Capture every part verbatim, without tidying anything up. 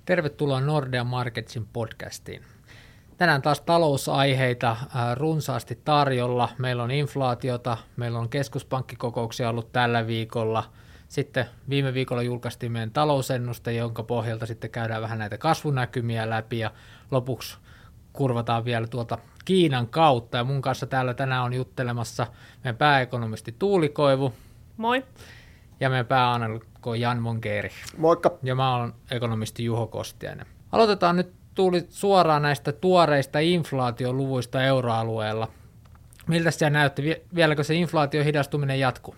Tervetuloa Nordea Marketsin podcastiin. Tänään taas talousaiheita runsaasti tarjolla. Meillä on inflaatiota, meillä on keskuspankkikokouksia ollut tällä viikolla. Sitten viime viikolla julkaistiin meidän talousennuste, jonka pohjalta sitten käydään vähän näitä kasvunäkymiä läpi ja lopuksi kurvataan vielä tuolta Kiinan kautta. Ja mun kanssa täällä tänään on juttelemassa meidän pääekonomisti Tuuli Koivu. Moi. Ja meidän pääanalytikko Jan Monkeri. Moikka. Ja mä olen ekonomisti Juho Kostiainen. Aloitetaan nyt Tuuli suoraan näistä tuoreista inflaatioluvuista euroalueella. Miltä se näytti? Vieläkö se inflaation hidastuminen jatkuu?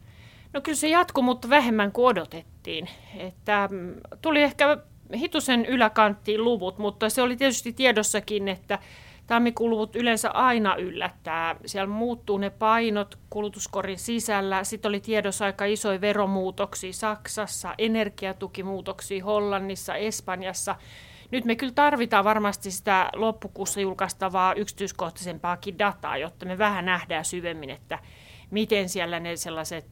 No kyllä se jatkuu, mutta vähemmän kuin odotettiin. Että tuli ehkä hitusen yläkanttiin luvut, mutta se oli tietysti tiedossakin, että tammikuun luvut yleensä aina yllättää. Siellä muuttuu ne painot kulutuskorin sisällä. Sitten oli tiedossa aika isoja veromuutoksia Saksassa, energiatukimuutoksia Hollannissa, Espanjassa. Nyt me kyllä tarvitaan varmasti sitä loppukuussa julkaistavaa yksityiskohtaisempaakin dataa, jotta me vähän nähdään syvemmin, että miten siellä ne sellaiset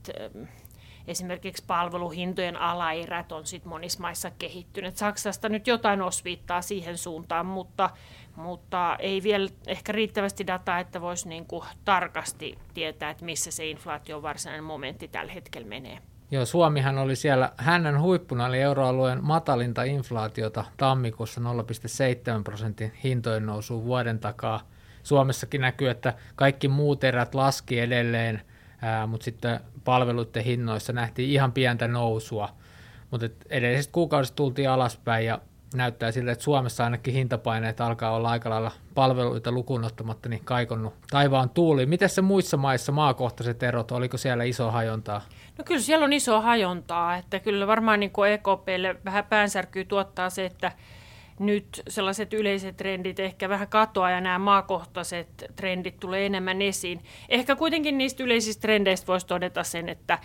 esimerkiksi palveluhintojen alaerät on sit monissa maissa kehittyneet. Saksasta nyt jotain osviittaa siihen suuntaan, mutta, mutta ei vielä ehkä riittävästi dataa, että voisi niinku tarkasti tietää, että missä se inflaation varsinainen momentti tällä hetkellä menee. Joo, Suomihan oli siellä hännän huippuna, eli euroalueen matalinta inflaatiota tammikuussa nolla pilkku seitsemän prosentin hintojen nousu vuoden takaa. Suomessakin näkyy, että kaikki muut erät laski edelleen, ää, mutta sitten palveluiden hinnoissa nähtiin ihan pientä nousua. Mutta edellisestä kuukaudesta tultiin alaspäin ja näyttää siltä, että Suomessa ainakin hintapaineet alkaa olla aika lailla palveluita lukuun ottamatta niin kaikonnut taivaan tuuli. Miten se muissa maissa maakohtaiset erot, oliko siellä iso hajontaa? No kyllä siellä on iso hajontaa, että kyllä varmaan niin kuin E K P:lle vähän päänsärkyy tuottaa se, että nyt sellaiset yleiset trendit ehkä vähän katoaa ja nämä maakohtaiset trendit tulee enemmän esiin. Ehkä kuitenkin niistä yleisistä trendeistä voisi todeta sen, että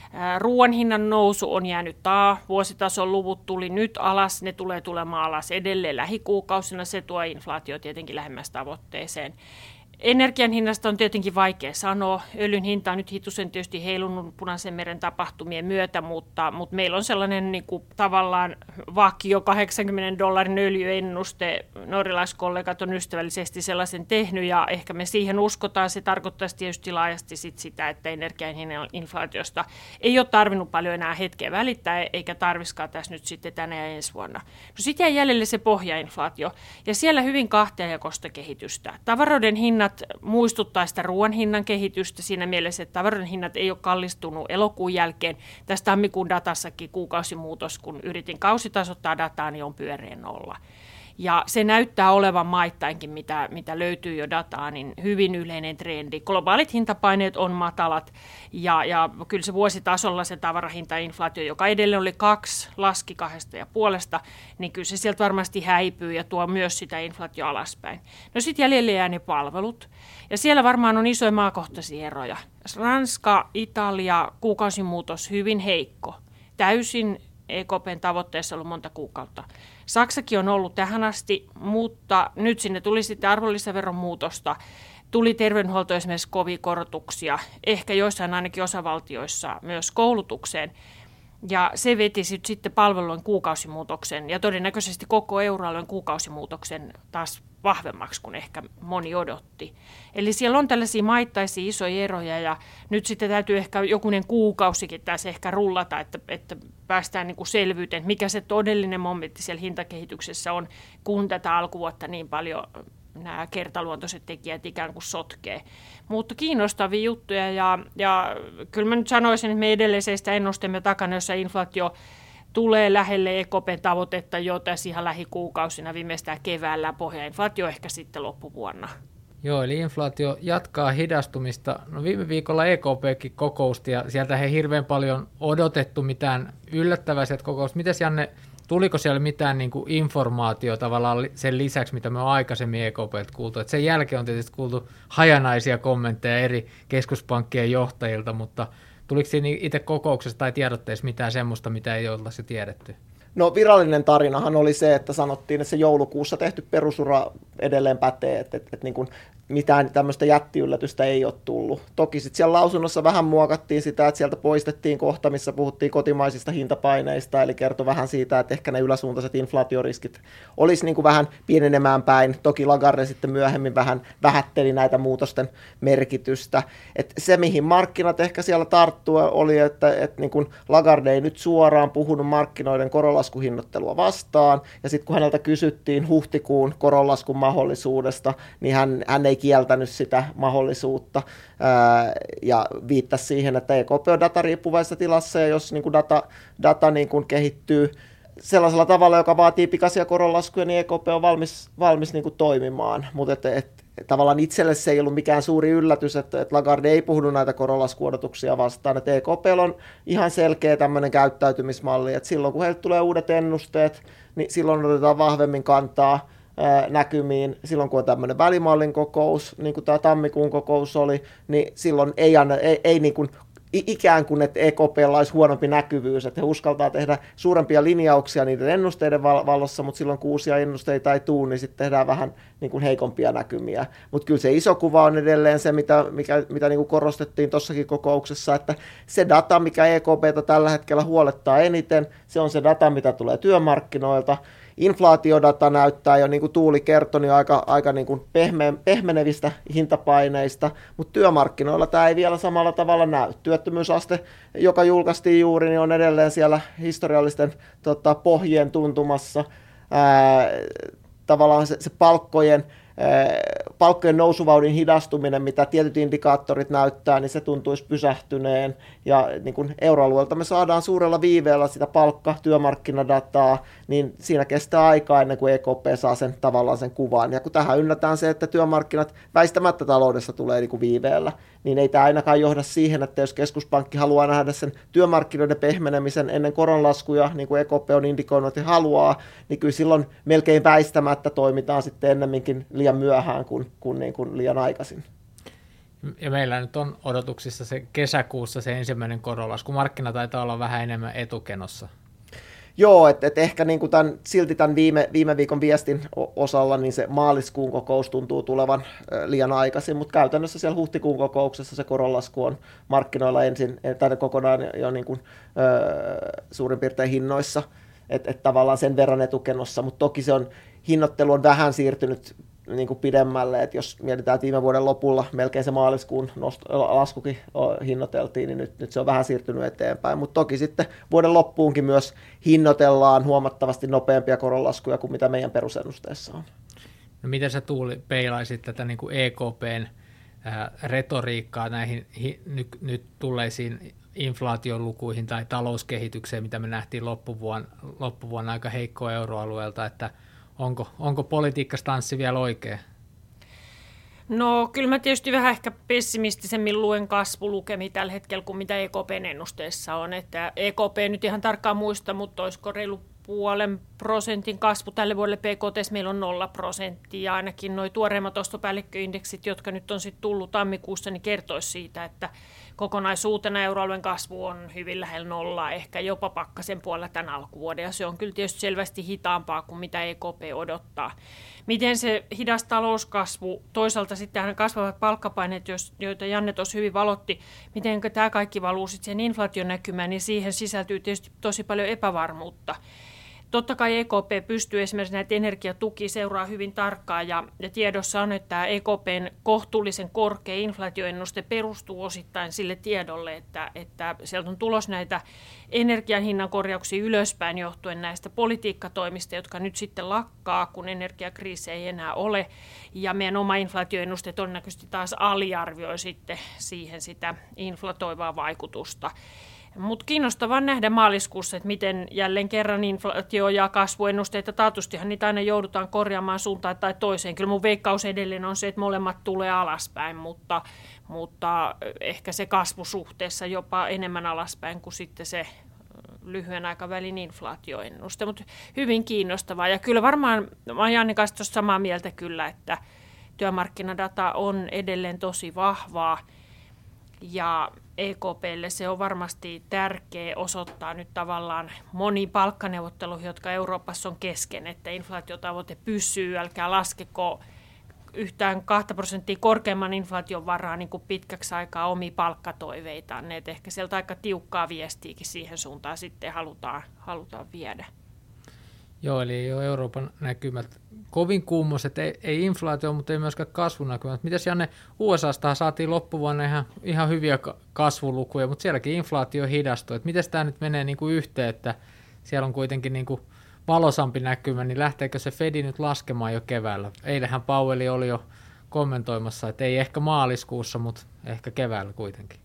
ruoan hinnan nousu on jäänyt taa. Vuositason luvut tuli nyt alas, ne tulee tulemaan alas edelleen lähikuukausina. Se tuo inflaatio tietenkin lähemmäs tavoitteeseen. Energian hinnasta on tietenkin vaikea sanoa. Öljyn hinta on nyt hitusen tietysti heilunut Punaisen meren tapahtumien myötä, mutta, mutta meillä on sellainen niin kuin, tavallaan vakio kahdeksankymmenen dollarin öljyennuste. Norjalaiskollegat on ystävällisesti sellaisen tehnyt ja ehkä me siihen uskotaan. Se tarkoittaisi tietysti laajasti sit sitä, että energian hinnan inflaatiosta ei ole tarvinnut paljon enää hetkeä välittää, eikä tarviskaan tässä nyt sitten tänä ja ensi vuonna. No sitten jää jäljelle se pohjainflaatio ja siellä hyvin kahtiajakoista kehitystä. Tavaroiden hinnat muistuttaa sitä ruoan hinnan kehitystä siinä mielessä, että tavaroiden hinnat ei ole kallistunut elokuun jälkeen. Tästä tammikuun datassakin kuukausimuutos, kun yritin kausitasoittaa dataa, niin on pyöreän nolla. Ja se näyttää olevan maittainkin, mitä, mitä löytyy jo dataa, niin hyvin yleinen trendi. Globaalit hintapaineet on matalat ja, ja kyllä se vuositasolla se tavarahintainflaatio, joka edelleen oli kaksi, laski kahdesta ja puolesta, niin kyllä se sieltä varmasti häipyy ja tuo myös sitä inflaatio alaspäin. No sitten jäljelle jää ne palvelut ja siellä varmaan on isoja maakohtaisia eroja. Ranska, Italia, kuukausimuutos hyvin heikko, täysin E K P:n tavoitteessa ollut monta kuukautta. Saksakin on ollut tähän asti, mutta nyt sinne tuli sitten arvonlisäveron muutosta. Tuli terveydenhuolto esimerkiksi kovia korotuksia, ehkä joissain ainakin osavaltioissa myös koulutukseen. Ja se veti sitten palvelujen kuukausimuutoksen ja todennäköisesti koko euroalueen kuukausimuutoksen taas vahvemmaksi kuin ehkä moni odotti. Eli siellä on tällaisia maittaisia isoja eroja ja nyt sitten täytyy ehkä jokunen kuukausikin tässä ehkä rullata, että, että päästään niin kuin selvyyteen, että mikä se todellinen momentti siellä hintakehityksessä on, kun tätä alkuvuotta niin paljon nämä kertaluontoiset tekijät ikään kuin sotkee. Mutta kiinnostavia juttuja ja, ja kyllä mä nyt sanoisin, että me edelleen seistä ennusteemme takana, jossa inflaatio tulee lähelle E K P:n tavoitetta jo tässä ihan lähikuukausina, viimeistään keväällä, pohjainflaatio ehkä sitten loppuvuonna. Joo, eli inflaatio jatkaa hidastumista. No viime viikolla E K P:kin kokousti ja sieltä ei hirveän paljon odotettu mitään yllättävää sieltä kokousta. Mites Janne, tuliko siellä mitään niin kuin informaatiota tavallaan sen lisäksi, mitä me on aikaisemmin E K P:ltä kuultu? Et sen jälkeen on tietysti kuultu hajanaisia kommentteja eri keskuspankkien johtajilta, mutta tuliko siinä itse kokouksessa tai tiedotteessa mitään semmoista, mitä ei oltaisi tiedetty? No virallinen tarinahan oli se, että sanottiin, että se joulukuussa tehty perusura edelleen pätee, että, että, että niin kuin mitään tämmöistä jättiyllätystä ei ole tullut. Toki sitten siellä lausunnossa vähän muokattiin sitä, että sieltä poistettiin kohta, missä puhuttiin kotimaisista hintapaineista, eli kertoi vähän siitä, että ehkä ne yläsuuntaiset inflaatioriskit olisi niin kuin vähän pienenemään päin. Toki Lagarde sitten myöhemmin vähän vähätteli näitä muutosten merkitystä. Et se, mihin markkinat ehkä siellä tarttuu, oli, että, että niin kuin Lagarde ei nyt suoraan puhunut markkinoiden koronlaskuhinnoittelua vastaan, ja sitten kun häneltä kysyttiin huhtikuun koronlaskun mahdollisuudesta, niin hän, hän ei kieltänyt sitä mahdollisuutta ää, ja viittasi siihen, että E K P on datariippuvaisessa tilassa, ja jos niin kuin data, data niin kuin kehittyy sellaisella tavalla, joka vaatii pikaisia koronlaskuja, niin E K P on valmis, valmis niin kuin toimimaan, mutta et, et, tavallaan itselle se ei ollut mikään suuri yllätys, että, että Lagarde ei puhunut näitä koronlaskuodotuksia vastaan, että E K P on ihan selkeä tämmöinen käyttäytymismalli, että silloin kun heiltä tulee uudet ennusteet, niin silloin otetaan vahvemmin kantaa näkymiin. Silloin kun on tämmöinen välimallin kokous, niin kuin tämä tammikuun kokous oli, niin silloin ei, anna, ei, ei niin kuin ikään kuin, että E K P:lla olisi huonompi näkyvyys, että he uskaltaa tehdä suurempia linjauksia niiden ennusteiden valossa, mutta silloin kun uusia ennusteita ei tule, niin sitten tehdään vähän niin kuin heikompia näkymiä. Mutta kyllä se iso kuva on edelleen se, mitä, mikä, mitä niin kuin korostettiin tuossakin kokouksessa, että se data, mikä E K P:tä tällä hetkellä huolettaa eniten, se on se data, mitä tulee työmarkkinoilta. Inflaatiodata näyttää jo, niin kuin Tuuli kertoi, niin aika, aika niin kuin pehme, pehmenevistä hintapaineista, mutta työmarkkinoilla tämä ei vielä samalla tavalla näy. Työttömyysaste, joka julkaistiin juuri, niin on edelleen siellä historiallisten tota, pohjien tuntumassa. Ää, tavallaan se, se palkkojen, ää, palkkojen nousuvauhdin hidastuminen, mitä tietyt indikaattorit näyttää, niin se tuntuisi pysähtyneen. Ja niin kuin euroalueelta me saadaan suurella viiveellä sitä palkka-työmarkkinadataa, niin siinä kestää aikaa ennen kuin E K P saa sen tavallaan sen kuvan. Ja kun tähän ynnätään se, että työmarkkinat väistämättä taloudessa tulee niin kuin viiveellä, niin ei tämä ainakaan johda siihen, että jos keskuspankki haluaa nähdä sen työmarkkinoiden pehmenemisen ennen koronlaskuja, niin kuin E K P on indikoinut, että haluaa, niin kyllä silloin melkein väistämättä toimitaan sitten ennemminkin liian myöhään kuin, kuin, niin kuin liian aikaisin. Ja meillä nyt on odotuksissa se kesäkuussa se ensimmäinen koronlasku. Markkina taitaa olla vähän enemmän etukenossa. Joo, että et ehkä niin kuin tämän, silti tämän viime, viime viikon viestin osalla, niin se maaliskuun kokous tuntuu tulevan liian aikaisin, mutta käytännössä siellä huhtikuun kokouksessa se koronlasku on markkinoilla ensin, tai kokonaan jo niin kuin, ö, suurin piirtein hinnoissa, että et tavallaan sen verran etukenossa, mutta toki se on, hinnoittelu on vähän siirtynyt niin kuin pidemmälle, että jos mietitään, että viime vuoden lopulla melkein se maaliskuun nost- laskukin hinnoiteltiin, niin nyt, nyt se on vähän siirtynyt eteenpäin, mutta toki sitten vuoden loppuunkin myös hinnoitellaan huomattavasti nopeampia koronlaskuja kuin mitä meidän perusennusteessa on. No miten sä Tuuli peilaisit tätä niin kuin E K P:n ää, retoriikkaa näihin hi, nyt, nyt tulleisiin inflaatiolukuihin tai talouskehitykseen, mitä me nähtiin loppuvuonna, loppuvuonna aika heikkoa euroalueelta, että Onko, onko politiikkastanssi vielä oikea? No kyllä mä tietysti vähän ehkä pessimistisemmin luen kasvulukemi tällä hetkellä kuin mitä E K P:n ennusteessa on. Että E K P nyt ihan tarkkaan muista, mutta olisiko reilu puolen prosentin kasvu tälle vuodelle P K T, meillä on nolla prosenttia. Ainakin nuo tuoreimmat ostopäällikköindeksit, jotka nyt on sitten tullut tammikuussa, niin kertoisi siitä, että kokonaisuutena euroalueen kasvu on hyvin lähellä nollaa, ehkä jopa pakkasen puolella tämän alkuvuoden, ja se on kyllä tietysti selvästi hitaampaa kuin mitä E K P odottaa. Miten se hidas talouskasvu, toisaalta sitten kasvavat palkkapaineet, joita Janne tuossa hyvin valotti, miten tämä kaikki valuu sitten sen inflaationäkymään, niin siihen sisältyy tietysti tosi paljon epävarmuutta. Totta kai E K P pystyy esimerkiksi näitä energiatukia seuraa hyvin tarkkaan ja, ja tiedossa on, että E K P:n kohtuullisen korkea inflaatioennuste perustuu osittain sille tiedolle, että, että sieltä on tulos näitä energian hinnan korjauksia ylöspäin johtuen näistä politiikkatoimista, jotka nyt sitten lakkaa, kun energiakriisi ei enää ole. Ja meidän oma inflaatioennuste todennäköisesti taas aliarvioi sitten siihen sitä inflatoivaa vaikutusta. Mutta kiinnostavaa nähdä maaliskuussa, että miten jälleen kerran inflaatio- ja kasvuennusteita, taatustihan niitä aina joudutaan korjaamaan suuntaan tai toiseen. Kyllä mun veikkaus edelleen on se, että molemmat tulee alaspäin, mutta, mutta ehkä se kasvu suhteessa jopa enemmän alaspäin kuin sitten se lyhyen aikavälin inflaatioennuste. Mutta hyvin kiinnostavaa ja kyllä varmaan, mä oon Janne kanssa tuossa samaa mieltä kyllä, että työmarkkinadata on edelleen tosi vahvaa. Ja E K P:lle se on varmasti tärkeä osoittaa nyt tavallaan moniin palkkaneuvotteluihin, jotka Euroopassa on kesken, että inflaatiotavoite pysyy, älkää laskeko yhtään kahta prosenttia korkeamman inflaation varaa niin kuin pitkäksi aikaa omia palkkatoiveitaan. Ne, että ehkä sieltä aika tiukkaa viestiäkin siihen suuntaan sitten halutaan, halutaan viedä. Joo, eli ei ole Euroopan näkymät kovin kummoiset, ei, ei inflaatio, mutta ei myöskään kasvunäkymät. Mites Janne, U S A:sta saatiin loppuvuonna ihan, ihan hyviä kasvulukuja, mutta sielläkin inflaatio hidastui. Et miten tämä nyt menee niin kuin yhteen, että siellä on kuitenkin niin kuin valosampi näkymä, niin lähteekö se Fedi nyt laskemaan jo keväällä? Eilähän Powell oli jo kommentoimassa, että ei ehkä maaliskuussa, mutta ehkä keväällä kuitenkin.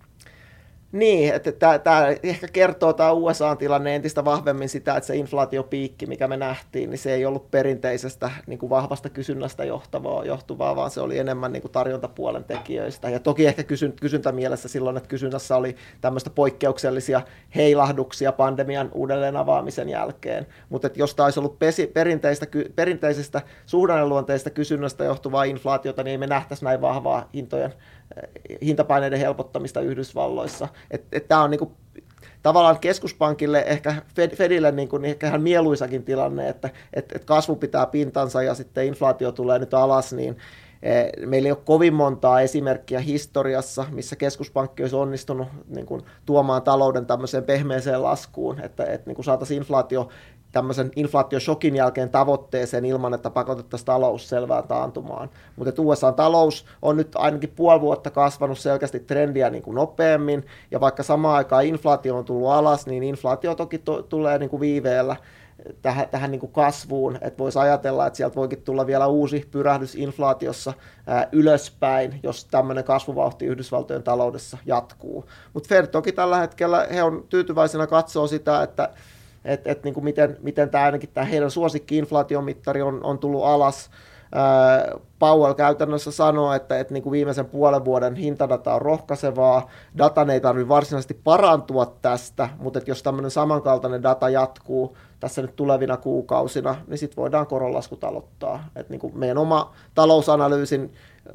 Niin, että tämä ehkä kertoo tämä U S A-tilanne entistä vahvemmin sitä, että se inflaatiopiikki, mikä me nähtiin, niin se ei ollut perinteisestä niin kuin vahvasta kysynnästä johtavaa, johtuvaa, vaan se oli enemmän niin kuin tarjontapuolen tekijöistä. Ja toki ehkä kysyn, kysyntämielessä silloin, että kysynnässä oli tämmöistä poikkeuksellisia heilahduksia pandemian uudelleen avaamisen jälkeen. Mutta jos tämä olisi ollut pesi, perinteistä, perinteisestä suhdanneluonteista kysynnästä johtuvaa inflaatiota, niin ei me nähtäisi näin vahvaa hintojen hintapaineiden helpottamista Yhdysvalloissa. Tämä on niinku, tavallaan keskuspankille, ehkä Fed, Fedille niinku, niin ehkä ihan mieluisakin tilanne, että et, et kasvu pitää pintansa ja sitten inflaatio tulee nyt alas, niin eh, meillä ei ole kovin montaa esimerkkiä historiassa, missä keskuspankki olisi onnistunut niin kuin, tuomaan talouden tämmöiseen pehmeeseen laskuun, että et, niin kuin saataisiin inflaatio tämmöisen inflaatioshokin jälkeen tavoitteeseen ilman, että pakotettaisiin talous selvään taantumaan. Mutta U S A-talous on nyt ainakin puoli vuotta kasvanut selkeästi trendiä niin kuin nopeammin, ja vaikka samaan aikaan inflaatio on tullut alas, niin inflaatio toki to- tulee niin kuin viiveellä tähän, tähän niin kuin kasvuun, että voisi ajatella, että sieltä voikin tulla vielä uusi pyrähdys inflaatiossa ää, ylöspäin, jos tämmöinen kasvuvauhti Yhdysvaltojen taloudessa jatkuu. Mutta Fed toki tällä hetkellä, he on tyytyväisenä katsoo sitä, että että et, niin miten, miten tämä ainakin tämä heidän suosikki-inflaatiomittari on, on tullut alas. Ää, Powell käytännössä sanoo, että et, niin viimeisen puolen vuoden hintadata on rohkaisevaa. Datan ei tarvitse varsinaisesti parantua tästä, mutta jos tämmöinen samankaltainen data jatkuu tässä nyt tulevina kuukausina, niin sitten voidaan koronlaskut aloittaa. Et, niin meidän oma talousanalyysin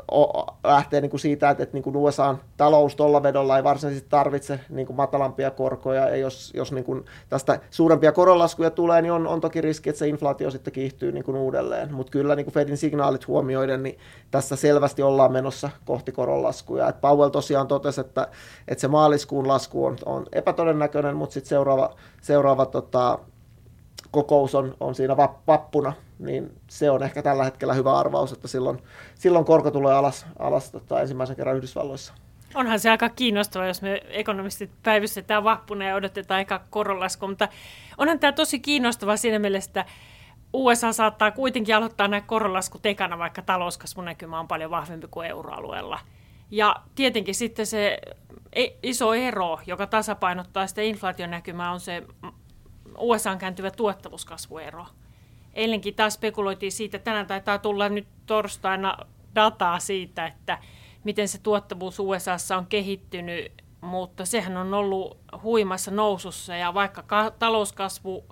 lähtee niin kuin siitä, että, että niin kuin U S A:n talous tuolla vedolla ei varsinaisesti tarvitse niin kuin matalampia korkoja, ja jos, jos niin kuin tästä suurempia koronlaskuja tulee, niin on, on toki riski, että se inflaatio sitten kiihtyy niin kuin uudelleen, mutta kyllä niin kuin Fedin signaalit huomioiden, niin tässä selvästi ollaan menossa kohti koronlaskuja. Et Powell tosiaan totesi, että, että se maaliskuun lasku on, on epätodennäköinen, mutta sitten seuraava, seuraava tota, kokous on, on siinä vappuna, niin se on ehkä tällä hetkellä hyvä arvaus, että silloin, silloin korko tulee alas, alas tota, ensimmäisen kerran Yhdysvalloissa. Onhan se aika kiinnostavaa, jos me ekonomistit päivystetään vappuna ja odotetaan eka koronlaskua, mutta onhan tämä tosi kiinnostavaa siinä mielessä, että U S A saattaa kuitenkin aloittaa nämä koronlaskut ekana, vaikka talouskasvunäkymä on paljon vahvempi kuin euroalueella. Ja tietenkin sitten se iso ero, joka tasapainottaa sitä inflaationäkymää, on se U S A:n kääntyvä tuottavuuskasvuero. Eilenkin taas spekuloitiin siitä, että tänään taitaa tulla nyt torstaina dataa siitä, että miten se tuottavuus U S A:ssa on kehittynyt, mutta sehän on ollut huimassa nousussa, ja vaikka ka- talouskasvu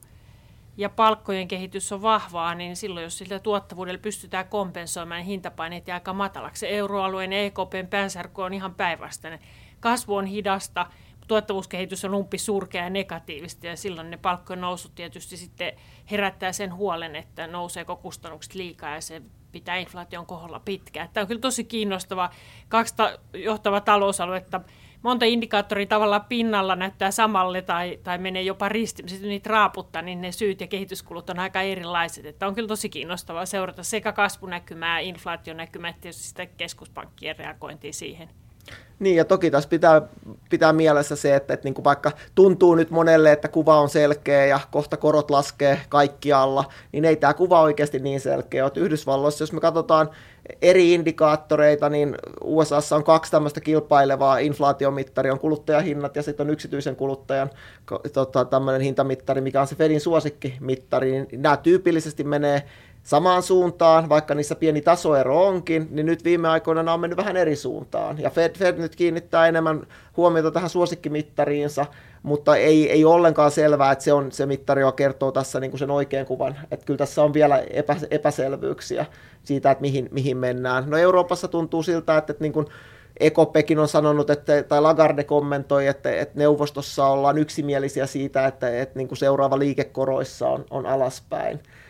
ja palkkojen kehitys on vahvaa, niin silloin jos siltä tuottavuudella pystytään kompensoimaan, niin hintapaineet jää aika matalaksi. Se euroalueen E K P:n päänsärky on ihan päinvastainen. Kasvu on hidasta, tuottavuuskehitys on umpi surkea ja negatiivista, ja silloin ne palkkojen nousut tietysti sitten herättää sen huolen, että nouseeko kustannukset liikaa, ja se pitää inflaation koholla pitkään. Tämä on kyllä tosi kiinnostava. Kaksi ta- johtavaa talousaluetta, monta indikaattoria tavallaan pinnalla näyttää samalle tai, tai menee jopa ristiin. Sitten niitä raaputtaa, niin ne syyt ja kehityskulut on aika erilaiset. Että on kyllä tosi kiinnostavaa seurata sekä kasvunäkymää, inflaationäkymää, että tietysti sitä keskuspankkien reagointia siihen. Niin, ja toki tässä pitää, pitää mielessä se, että, että niin kuin vaikka tuntuu nyt monelle, että kuva on selkeä ja kohta korot laskee kaikkialla, niin ei tämä kuva oikeasti niin selkeä ole. Yhdysvalloissa, jos me katsotaan eri indikaattoreita, niin U S A:ssa on kaksi tämmöistä kilpailevaa inflaatiomittaria, on kuluttajahinnat ja sitten on yksityisen kuluttajan tota, tämmöinen hintamittari, mikä on se Fedin suosikkimittari, niin nämä tyypillisesti menee samaan suuntaan, vaikka niissä pieni tasoero onkin, niin nyt viime aikoina nämä on mennyt vähän eri suuntaan. Ja Fed, Fed nyt kiinnittää enemmän huomiota tähän suosikkimittariinsa, mutta ei, ei ollenkaan selvää, että se on se mittari, joka kertoo tässä niin kuin sen oikean kuvan. Että kyllä tässä on vielä epä, epäselvyyksiä siitä, että mihin, mihin mennään. No Euroopassa tuntuu siltä, että, että niin kuin E K P:kin on sanonut, että, tai Lagarde kommentoi, että, että neuvostossa ollaan yksimielisiä siitä, että, että niin kuin seuraava liikekoroissa on, on alaspäin.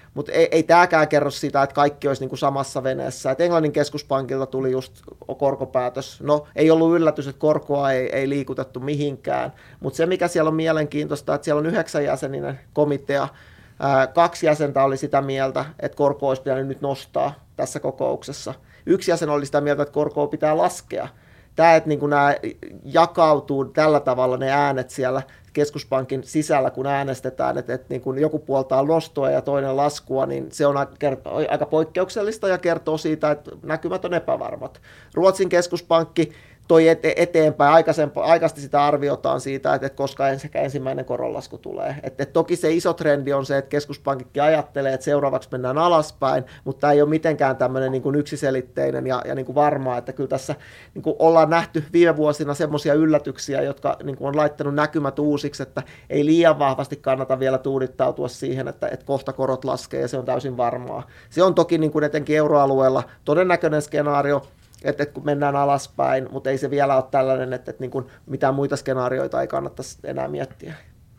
Mutta ei, ei tämäkään kerro sitä, että kaikki olisi niin kuin samassa veneessä. Et Englannin keskuspankilta tuli just korkopäätös. No, ei ollut yllätys, että korkoa ei, ei liikutettu mihinkään, mutta se, mikä siellä on mielenkiintoista, että siellä on yhdeksänjäseninen komitea. Ää, kaksi jäsentä oli sitä mieltä, että korko olisi pitänyt nyt nostaa tässä kokouksessa. Yksi jäsen oli sitä mieltä, että korkoa pitää laskea. Tämä, että niin kuin nämä jakautuu tällä tavalla ne äänet siellä keskuspankin sisällä, kun äänestetään, että, että niin kuin joku puoltaa nostoa ja toinen laskua, niin se on aika poikkeuksellista ja kertoo siitä, että näkymät on epävarmat. Ruotsin keskuspankki toi eteenpäin aikaisesti sitä arviotaan siitä, että koska ensimmäinen koronlasku tulee. Että toki se iso trendi on se, että keskuspankitkin ajattelee, että seuraavaksi mennään alaspäin, mutta tämä ei ole mitenkään tämmöinen niin kuin yksiselitteinen ja, ja niin kuin varmaa, että kyllä tässä niin kuin ollaan nähty viime vuosina semmoisia yllätyksiä, jotka niin kuin on laittanut näkymät uusiksi, että ei liian vahvasti kannata vielä tuudittautua siihen, että, että kohta korot laskee ja se on täysin varmaa. Se on toki niin kuin etenkin euroalueella todennäköinen skenaario, että, että kun mennään alaspäin, mutta ei se vielä ole tällainen, että, että niin kuin mitään muita skenaarioita ei kannattaisi enää miettiä.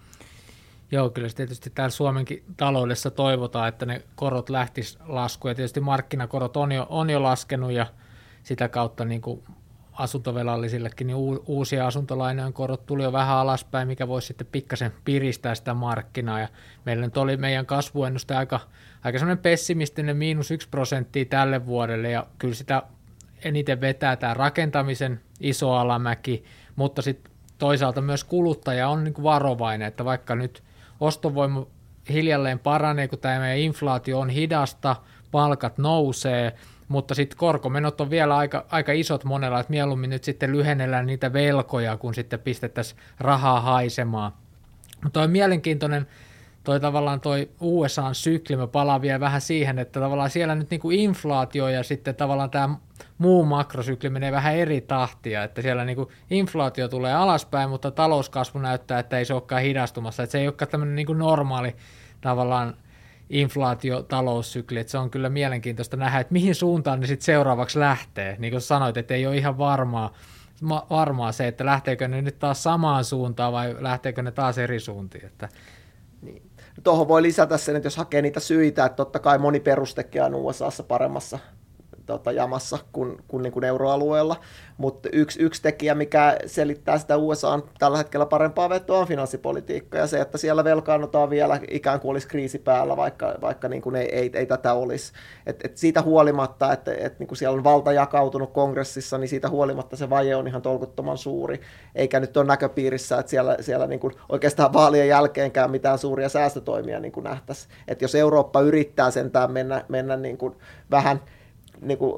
Joo, kyllä tietysti täällä Suomenkin taloudessa toivotaan, että ne korot lähtisivät laskuun. Ja tietysti markkinakorot on jo, on jo laskenut ja sitä kautta niin kuin asuntovelallisillekin niin uusia asuntolainojen korot tuli jo vähän alaspäin, mikä voisi sitten pikkasen piristää sitä markkinaa. Ja meillä nyt oli meidän kasvuennuste aika, aika sellainen pessimistinen miinus yksi prosenttia tälle vuodelle ja kyllä sitä eniten vetää tämä rakentamisen iso alamäki, mutta sitten toisaalta myös kuluttaja on niin kuin varovainen, että vaikka nyt ostovoima hiljalleen paranee, kun tämä meidän inflaatio on hidasta, palkat nousee, mutta sitten korkomenot on vielä aika, aika isot monella, että mieluummin nyt sitten lyhennellään niitä velkoja, kun sitten pistettäisiin rahaa haisemaan. Mutta on mielenkiintoinen toi tavallaan toi U S A:n sykli, mä palaan vielä vähän siihen, että tavallaan siellä nyt niin kuin inflaatio ja sitten tavallaan tämä muu makrosykli menee vähän eri tahtia, että siellä niin kuin inflaatio tulee alaspäin, mutta talouskasvu näyttää, että ei se olekaan hidastumassa, että se ei olekaan tämmöinen niin kuin normaali tavallaan inflaatio-taloussykli, että se on kyllä mielenkiintoista nähdä, että mihin suuntaan ne sitten seuraavaksi lähtee, niin kuin sanoit, että ei ole ihan varmaa, varmaa se, että lähteekö ne nyt taas samaan suuntaan vai lähteekö ne taas eri suuntiin, että niin. Tuohon voi lisätä sen, että jos hakee niitä syitä, että totta kai moni perustekin on U S A:ssa paremmassa tota, jamassa kuin, kuin, niin kuin euroalueella, mutta yksi, yksi tekijä, mikä selittää sitä U S A:n tällä hetkellä parempaa vetoa on finanssipolitiikka ja se, että siellä velkaannutaan vielä ikään kuin olisi kriisi päällä, vaikka, vaikka niin kuin ei, ei, ei tätä olisi. Et, et siitä huolimatta, että et, niin kuin siellä on valta jakautunut kongressissa, niin siitä huolimatta se vaje on ihan tolkuttoman suuri, eikä nyt ole näköpiirissä, että siellä, siellä niin kuin oikeastaan vaalien jälkeenkään mitään suuria säästötoimia niin kuin nähtäisiin. Että jos Eurooppa yrittää sentään mennä, mennä niin kuin vähän niin kuin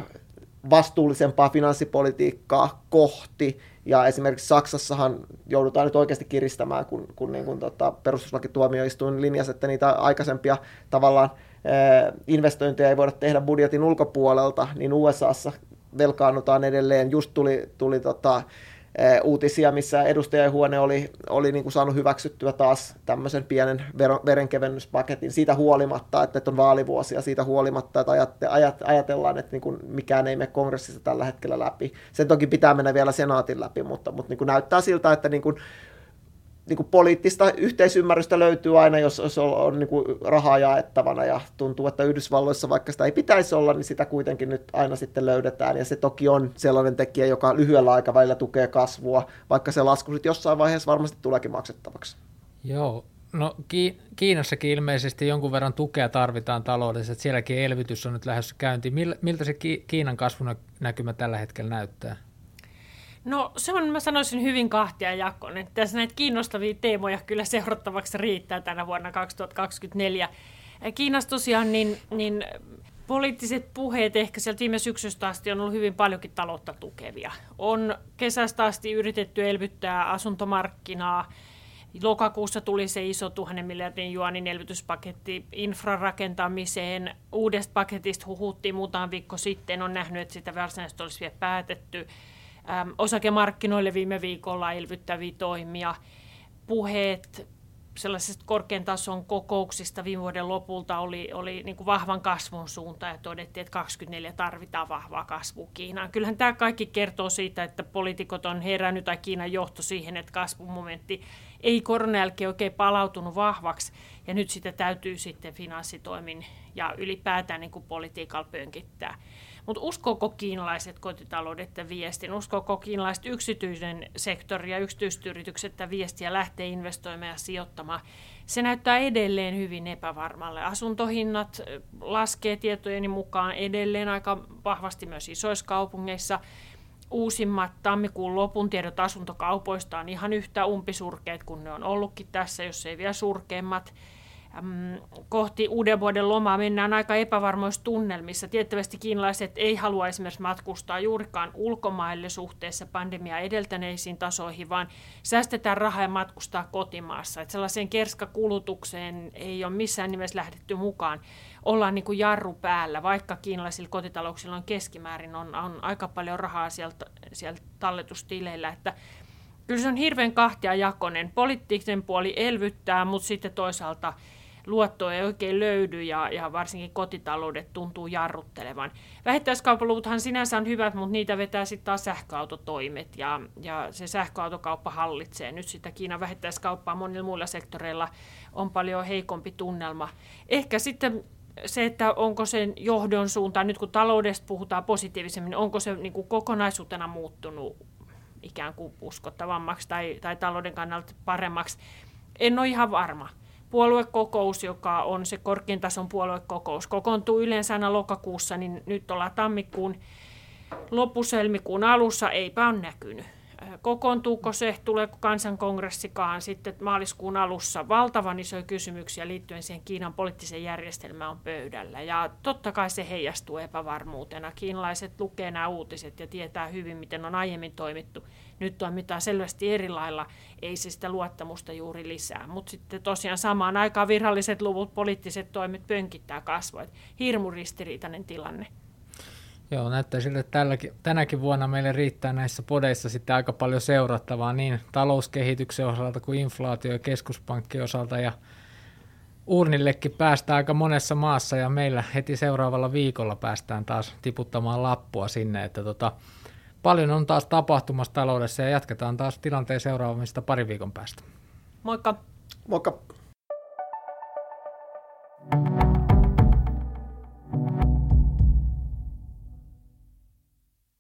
vastuullisempaa finanssipolitiikkaa kohti, ja esimerkiksi Saksassahan joudutaan nyt oikeasti kiristämään, kun, kun niin kuin tota, perustuslakituomioistuin linjasi, että niitä aikaisempia tavallaan ää, investointeja ei voida tehdä budjetin ulkopuolelta, niin U S A:ssa velkaannutaan edelleen. Just tuli, tuli tota, uutisia, missä edustajahuone oli, oli niin kuin saanut hyväksyttyä taas tämmöisen pienen verenkevennyspaketin siitä huolimatta, että on vaalivuosia, siitä huolimatta, että ajatellaan, että niin kuin mikään ei mene kongressissa tällä hetkellä läpi. Sen toki pitää mennä vielä senaatin läpi, mutta, mutta niin kuin näyttää siltä, että niin kuin niin kuin poliittista yhteisymmärrystä löytyy aina, jos, jos on, on niin kuin rahaa jaettavana, ja tuntuu, että Yhdysvalloissa, vaikka sitä ei pitäisi olla, niin sitä kuitenkin nyt aina sitten löydetään, ja se toki on sellainen tekijä, joka lyhyellä aikavälillä tukee kasvua, vaikka se lasku sitten jossain vaiheessa varmasti tuleekin maksettavaksi. Joo, no Kiinassakin ilmeisesti jonkun verran tukea tarvitaan taloudessa, että sielläkin elvytys on nyt lähdössä käyntiin. Miltä se Kiinan kasvunäkymä tällä hetkellä näyttää? No se on, mä sanoisin, hyvin kahtiajakoinen. Tässä näitä kiinnostavia teemoja kyllä seurattavaksi riittää tänä vuonna kaksituhattakaksikymmentäneljä. Kiinassa tosiaan niin, niin poliittiset puheet ehkä sieltä viime syksystä asti on ollut hyvin paljonkin taloutta tukevia. On kesästä asti yritetty elvyttää asuntomarkkinaa. Lokakuussa tuli se iso tuhannen miljardin juanin elvytyspaketti infrarakentamiseen. Uudesta paketista huhuttiin muutama viikko sitten. On nähnyt, että sitä varsinaisesti olisi vielä päätetty. Osakemarkkinoille viime viikolla elvyttäviä toimia, puheet sellaisesta korkean tason kokouksista viime vuoden lopulta oli, oli niin kuin vahvan kasvun suunta ja todettiin, että kaksikymmentäneljä tarvitaan vahvaa kasvua Kiinaan. Kyllähän tämä kaikki kertoo siitä, että poliitikot on herännyt tai Kiinan johto siihen, että kasvumomentti ei koronan jälkeen oikein palautunut vahvaksi ja nyt sitä täytyy sitten finanssitoimin ja ylipäätään niin kuin politiikalla pönkittää. Mutta uskooko kiinalaiset kotitaloudet tämän viestin? Uskooko kiinalaiset yksityisen sektori ja yksityiset yritykset tämän viestiä lähtee investoimaan ja sijoittamaan? Se näyttää edelleen hyvin epävarmalle. Asuntohinnat laskee tietojeni mukaan edelleen aika vahvasti myös isoissa kaupungeissa. Uusimmat tammikuun lopun tiedot asuntokaupoista on ihan yhtä umpisurkeat kuin ne on ollutkin tässä, jos ei vielä surkeimmat. Kohti uuden vuoden lomaa mennään aika epävarmoissa tunnelmissa. Tiettävästi kiinalaiset ei halua esimerkiksi matkustaa juurikaan ulkomaille suhteessa pandemiaa edeltäneisiin tasoihin, vaan säästetään rahaa ja matkustaa kotimaassa. Että sellaiseen kerskakulutukseen ei ole missään nimessä lähdetty mukaan. Ollaan niin kuin jarru päällä, vaikka kiinalaisilla kotitalouksilla on keskimäärin on, on aika paljon rahaa sieltä, sieltä talletustileillä, että kyllä se on hirveän kahtiajakoinen. Poliittinen puoli elvyttää, mutta sitten toisaalta luottoa ei oikein löydy ja, ja varsinkin kotitaloudet tuntuu jarruttelevan. Vähittäiskauppaluvuthan sinänsä on hyvät, mutta niitä vetää sitten taas sähköautotoimet ja, ja se sähköautokauppa hallitsee. Nyt sitä Kiinan vähittäiskauppaa monilla muilla sektoreilla on paljon heikompi tunnelma. Ehkä sitten se, että onko sen johdon suuntaan, nyt kun taloudesta puhutaan positiivisemmin, onko se niin kuin kokonaisuutena muuttunut ikään kuin uskottavammaksi tai, tai talouden kannalta paremmaksi. En ole ihan varma. Puoluekokous, joka on se korkean tason puoluekokous, kokoontuu yleensä aina lokakuussa, niin nyt ollaan tammikuun lopussa, helmikuun alussa, eipä ole näkynyt. Kokoontuuko se, tuleeko kansankongressikaan sitten maaliskuun alussa? Valtavan isoja kysymyksiä liittyen siihen Kiinan poliittiseen järjestelmään on pöydällä. Ja totta kai se heijastuu epävarmuutena. Kiinalaiset lukee nämä uutiset ja tietää hyvin, miten on aiemmin toimittu. Nyt toimitaan selvästi eri lailla, ei se sitä luottamusta juuri lisää. Mutta sitten tosiaan samaan aikaan viralliset luvut, poliittiset toimet pönkittää kasvua. Hirmu ristiriitainen tilanne. Joo, näyttää siltä, että tälläkin, tänäkin vuonna meille riittää näissä podeissa sitten aika paljon seurattavaa niin talouskehityksen osalta kuin inflaatio- ja keskuspankkien osalta. Ja urnillekin päästään aika monessa maassa ja meillä heti seuraavalla viikolla päästään taas tiputtamaan lappua sinne. Että tota, paljon on taas tapahtumassa taloudessa ja jatketaan taas tilanteen seuraamista pari viikon päästä. Moikka! Moikka!